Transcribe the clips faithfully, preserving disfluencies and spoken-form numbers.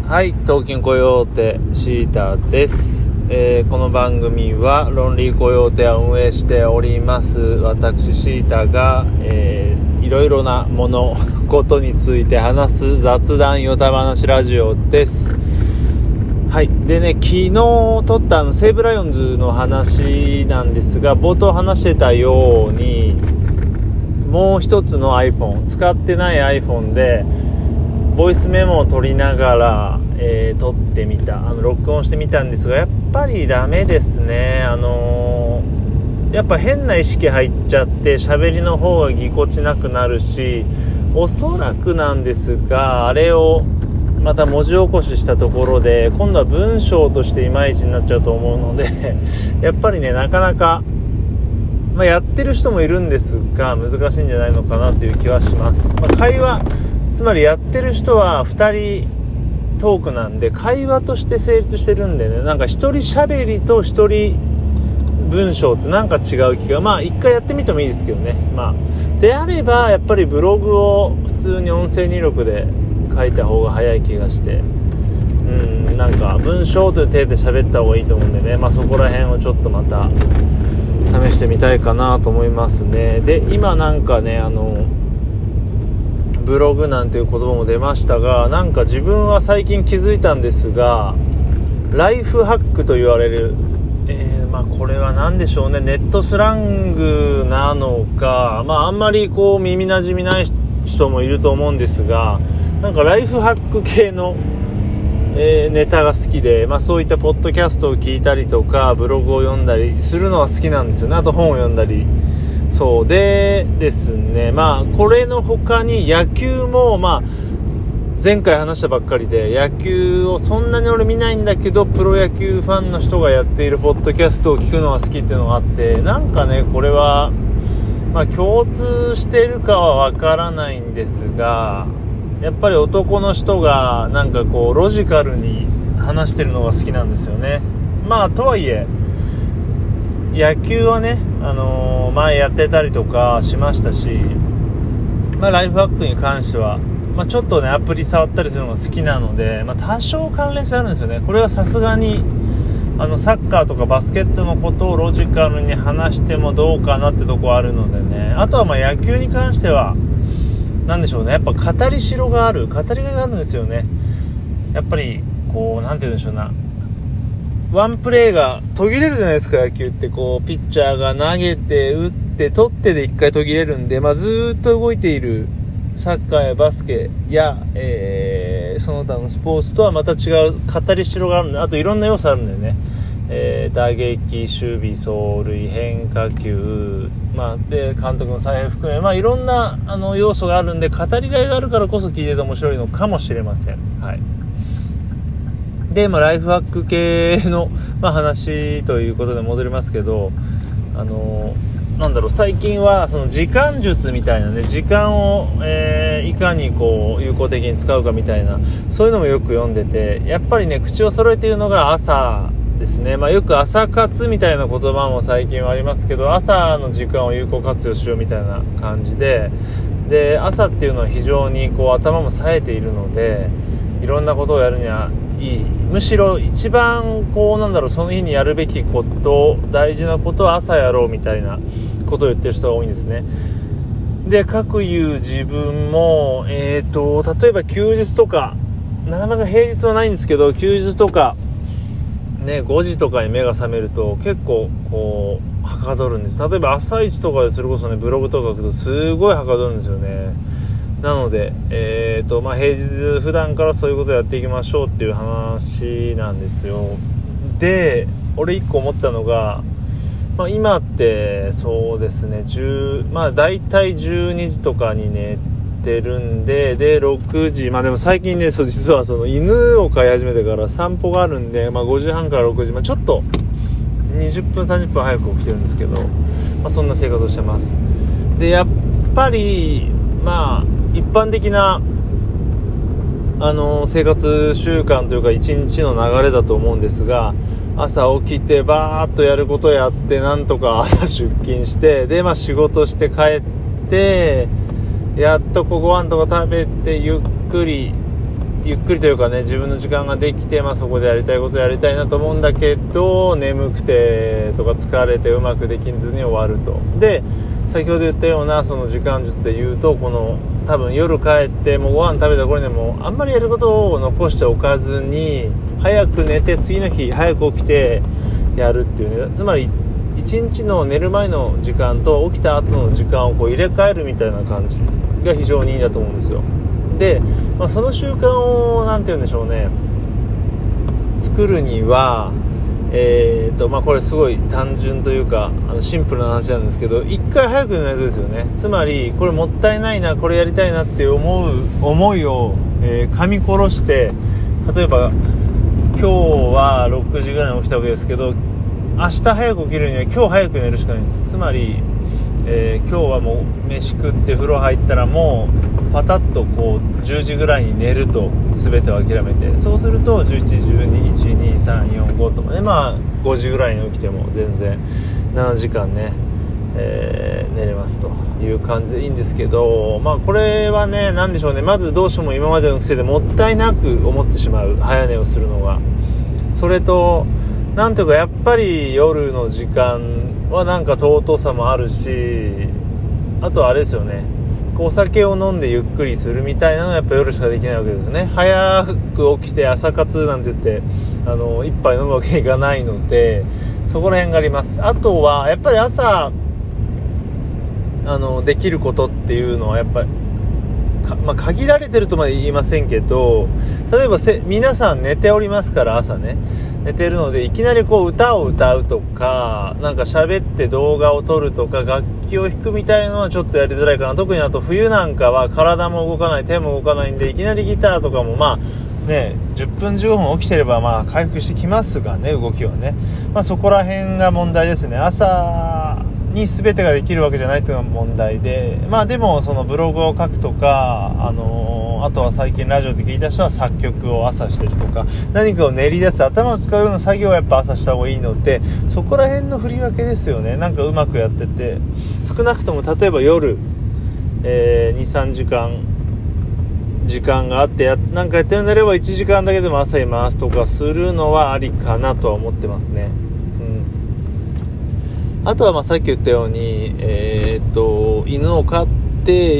はい、東京コヨーテシータです、えー、この番組はロンリーコヨーテを運営しております私シータが、えー、いろいろなものことについて話す雑談ヨタ話ラジオです。はい。でね、昨日撮ったあの西武ライオンズの話なんですが、冒頭話してたようにもう一つの iPhone、 使ってない iPhone でボイスメモを取りながら、えー、撮ってみた、あの録音してみたんですが、やっぱりダメですね。あのー、やっぱ変な意識入っちゃって喋りの方がぎこちなくなるし、おそらくなんですが、あれをまた文字起こししたところで今度は文章としていまいちになっちゃうと思うのでやっぱりね、なかなか、まあ、やってる人もいるんですが難しいんじゃないのかなという気はします。まあ、会話、つまりやってる人はふたりトークなんで会話として成立してるんでね、なんか一人喋りと一人文章ってなんか違う気が、まあ一回やってみてもいいですけどね。まあであればやっぱりブログを普通に音声入力で書いた方が早い気がして、うん、なんか文章という体で喋った方がいいと思うんでね、まあそこら辺をちょっとまた試してみたいかなと思いますね。で今なんかね、あのブログなんていう言葉も出ましたが、なんか自分は最近気づいたんですが、ライフハックと言われる、えー、まあこれは何でしょうね、ネットスラングなのか、まああんまりこう耳なじみない人もいると思うんですが、なんかライフハック系の、えー、ネタが好きで、まあそういったポッドキャストを聞いたりとかブログを読んだりするのは好きなんですよね。あと本を読んだり、そうでですね、まあこれの他に野球も、まあ前回話したばっかりで野球をそんなに俺見ないんだけどプロ野球ファンの人がやっているポッドキャストを聞くのが好きっていうのがあって、なんかねこれはまあ共通しているかはわからないんですが、やっぱり男の人がなんかこうロジカルに話してるのが好きなんですよね。まあとはいえ野球はね、あのー、前やってたりとかしましたし、まあライフハックに関しては、まあ、ちょっとねアプリ触ったりするのが好きなので、まあ、多少関連性あるんですよね。これはさすがにあのサッカーとかバスケットのことをロジカルに話してもどうかなってとこあるのでね。あとはまあ野球に関してはなんでしょうね、やっぱ語りしろがある、語りがいがあるんですよね。やっぱりこうなんて言うんでしょうな、ワンプレーが途切れるじゃないですか。野球ってこうピッチャーが投げて打って取ってで一回途切れるんで、まあ、ずっと動いているサッカーやバスケや、えー、その他のスポーツとはまた違う語りしろがあるんで、あといろんな要素あるんだよね。えー、打撃、守備、走塁、変化球、まあ、で監督の采配含め、まあ、いろんなあの要素があるんで語りがいがあるからこそ聞いてて面白いのかもしれません。はい。で、まあ、ライフハック系の、まあ、話ということで戻りますけど、あのなんだろう、最近はその時間術みたいなね、時間を、えー、いかにこう有効的に使うかみたいな、そういうのもよく読んでて、やっぱりね口を揃えているのが朝ですね。まあ、よく朝活みたいな言葉も最近はありますけど、朝の時間を有効活用しようみたいな感じで、で朝っていうのは非常にこう頭も冴えているので、いろんなことをやるにはいい、むしろ一番こうなんだろう、その日にやるべきこと、大事なことは朝やろうみたいなことを言ってる人が多いんですね。で、かくいう自分も、えーと例えば休日とか、なかなか平日はないんですけど、休日とかね、ごじとかに目が覚めると結構こうはかどるんです。例えば朝一とかでそれこそねブログとか書くとすごいはかどるんですよね。なので、えーとまあ、平日普段からそういうことをやっていきましょうっていう話なんですよ。で、俺一個思ったのが、まあ、今ってそうですね、じゅうまあだいたいじゅうにじとかに寝てるんで、でろくじ、まあでも最近ね、そう実はその犬を飼い始めてから散歩があるんで、まあごじはんからろくじ、まあちょっとにじゅっぷんさんじゅっぷん早く起きてるんですけど、まあそんな生活をしてます。で、やっぱりまあ一般的なあの生活習慣というか一日の流れだと思うんですが、朝起きてバーっとやることやって、なんとか朝出勤して、でまあ仕事して帰って、やっとこご飯とか食べてゆっくりゆっくりというかね、自分の時間ができて、まあ、そこでやりたいことやりたいなと思うんだけど、眠くてとか疲れてうまくできずに終わると。で先ほど言ったようなその時間術で言うと、この多分夜帰ってもうご飯食べた頃にもあんまりやることを残しておかずに、早く寝て次の日早く起きてやるっていうね、つまり一日の寝る前の時間と起きた後の時間をこう入れ替えるみたいな感じが非常にいいんだと思うんですよ。で、まあ、その習慣をなんて言うんでしょうね、作るにはえーとまあ、これすごい単純というかあのシンプルな話なんですけど、一回早く寝ないとですよね。つまりこれもったいないな、これやりたいなって思う思いを、えー、噛み殺して、例えば今日はろくじぐらいに起きたわけですけど、明日早く起きるには今日早く寝るしかないんです。つまり、えー、今日はもう飯食って風呂入ったらもうパタッとこうじゅうじぐらいに寝ると、全てを諦めて、そうするとじゅういちじ、じゅうに、いち、に、さん、よん、ごとかね、まあごじぐらいに起きても全然ななじかんね、えー、寝れますという感じでいいんですけど、まあこれはね、なんでしょうね、まずどうしても今までの癖でもったいなく思ってしまう、早寝をするのが。それとなんていうか、やっぱり夜の時間はなんか尊さもあるし、あとはあれですよね、お酒を飲んでゆっくりするみたいなのはやっぱ夜しかできないわけですね。早く起きて朝活なんて言ってあの一杯飲むわけにいかないので、そこら辺があります。あとはやっぱり朝あのできることっていうのはやっぱりか、まあ、限られてるとまで言いませんけど、例えばせ皆さん寝ておりますから、朝ね寝てるので、いきなりこう歌を歌うとか、なんか喋って動画を撮るとか楽器を弾くみたいなのはちょっとやりづらいかな。特にあと冬なんかは体も動かない、手も動かないんで、いきなりギターとかもまあね、じゅっぷんじゅうごふん起きてればまあ回復してきますがね、動きはね、まあそこら辺が問題ですね。朝に全てができるわけじゃないというのが問題で、まあでもそのブログを書くとか、あのー、あとは最近ラジオで聞いた人は作曲を朝してるとか、何かを練り出す、頭を使うような作業はやっぱ朝した方がいいので、そこら辺の振り分けですよね。なんかうまくやってて、少なくとも例えば夜、えー、にさんじかん時間があってやなんかやってるんであればいちじかんだけでも朝に回すとかするのはありかなとは思ってますね。あとはまあさっき言ったように、えー、っと犬を飼って、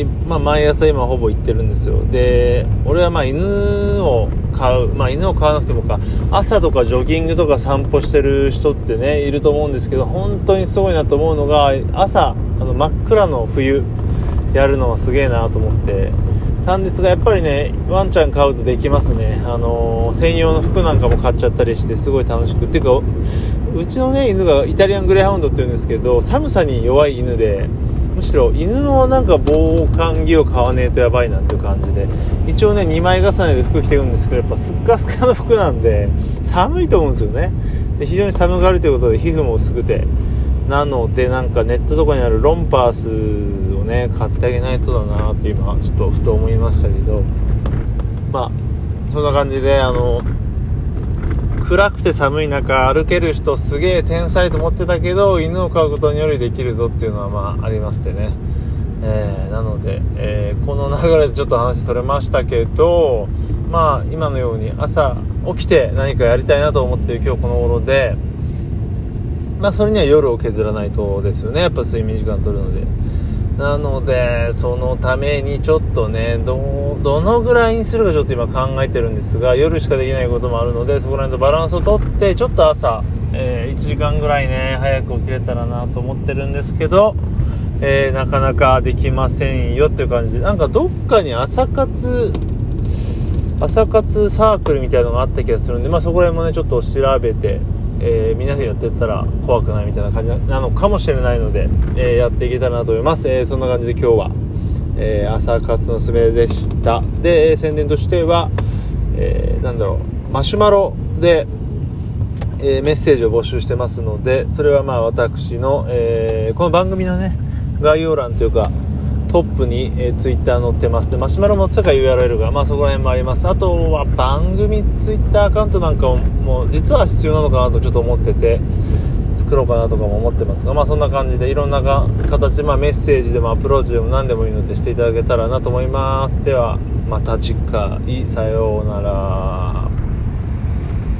まあ、毎朝今ほぼ行ってるんですよ。で俺はまあ犬を飼う、まあ、犬を飼わなくてもか、朝とかジョギングとか散歩してる人ってねいると思うんですけど、本当にすごいなと思うのが、朝あの真っ暗の冬やるのはすげえなと思って、単日がやっぱりね、ワンちゃん飼うとできますね。あのー、専用の服なんかも買っちゃったりして、すごい楽しく、っていうかうちのね犬がイタリアングレーハウンドっていうんですけど、寒さに弱い犬で、むしろ犬のなんか防寒着を買わねえとやばいなんていう感じで、一応ねにまい重ねで服着てるんですけど、やっぱスッカスカの服なんで寒いと思うんですよね。で非常に寒がるということで皮膚も薄くて、なのでなんかネットとかにあるロンパースをね買ってあげないとだなって今ちょっとふと思いましたけど、まあそんな感じで、あの暗くて寒い中歩ける人すげえ天才と思ってたけど、犬を飼うことによりできるぞっていうのはまあありましてね、えー、なので、えー、この流れでちょっと話それましたけど、まあ今のように朝起きて何かやりたいなと思っている今日この頃で、まあそれには夜を削らないとですよね、やっぱ睡眠時間取るので。なのでそのためにちょっとね、どどのぐらいにするかちょっと今考えてるんですが、夜しかできないこともあるので、そこら辺とバランスをとってちょっと朝、えー、いちじかんぐらいね早く起きれたらなと思ってるんですけど、えー、なかなかできませんよっていう感じで、なんかどっかに朝活朝活サークルみたいなのがあった気がするんで、まあそこら辺もねちょっと調べて、えー、皆さんやってったら怖くないみたいな感じなのかもしれないので、えー、やっていけたらなと思います。えー、そんな感じで今日は、えー、朝活のすすめでした。で、えー、宣伝としては、えー、なんだろうマシュマロで、えー、メッセージを募集してますので、それはまあ私の、えー、この番組のね概要欄というかトップに、えー、ツイッター載ってます。でマシュマロ持ってたから ユーアールエル が、まあ、そこら辺もあります。あとは番組ツイッターアカウントなんかももう実は必要なのかなとちょっと思ってて、 作ろうかなとかも思ってますが、まあそんな感じでいろんなか形で、まあ、メッセージでもアプローチでも何でもいいのでしていただけたらなと思います。ではまた次回、さようなら。